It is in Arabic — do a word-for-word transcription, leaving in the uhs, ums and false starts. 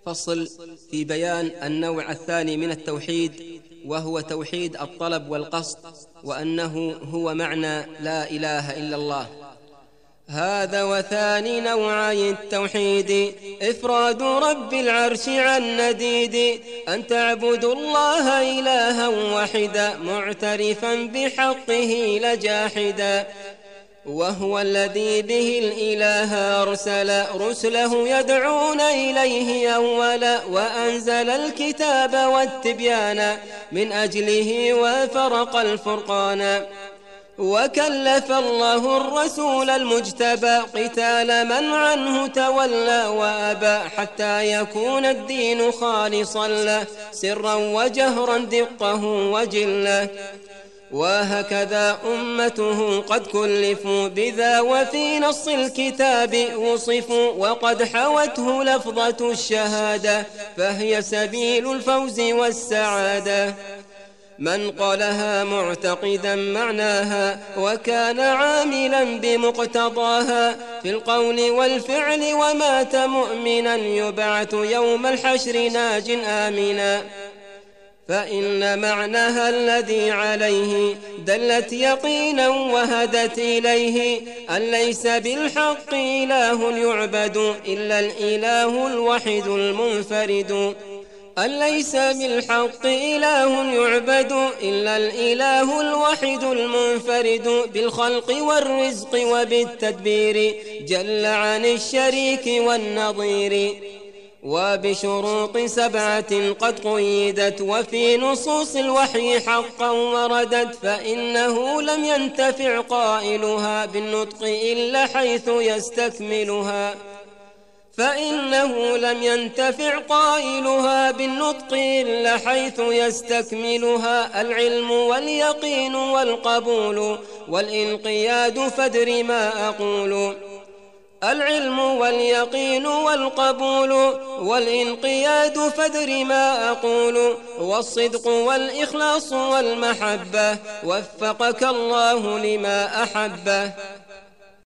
فصل في بيان النوع الثاني من التوحيد، وهو توحيد الطلب والقصد، وأنه هو معنى لا إله إلا الله. هذا وثاني نوعي التوحيد إفراد رب العرش عن نديد، أن تعبدوا الله إلها واحدا معترفا بحقه لجاحدا، وهو الذي به الإله أرسل رسله يدعون إليه أولا، وأنزل الكتاب والتبيان من أجله وفرق الفرقان، وكلف الله الرسول المجتبى قتال من عنه تولى وأبى، حتى يكون الدين خالصا له سرا وجهرا دقه وجله. وهكذا أمته قد كلفوا بذا، وفي نص الكتاب وصفوا، وقد حوته لفظة الشهادة، فهي سبيل الفوز والسعادة. من قالها معتقدا معناها وكان عاملا بمقتضاها في القول والفعل، ومات مؤمنا يبعث يوم الحشر ناج آمنا. فإن معناها الذي عليه دلت يقينا وهدت إليه، أن ليس بالحق إله يعبد إلا الإله الوحيد المنفرد، أن ليس بالحق إله يعبد إلا الإله الوحيد المنفرد، بالخلق والرزق وبالتدبير جل عن الشريك والنظير، وبشروط سبعة قد قيدت وفي نصوص الوحي حقا وردت، فإنه لم ينتفع قائلها بالنطق إلا حيث يستكملها فإنه لم ينتفع قائلها بالنطق إلا حيث يستكملها العلم واليقين والقبول والانقياد، فادر ما أقول. العلم واليقين والقبول والانقياد، فادر ما أقول. والصدق والإخلاص والمحبة، وفقك الله لما أحبه.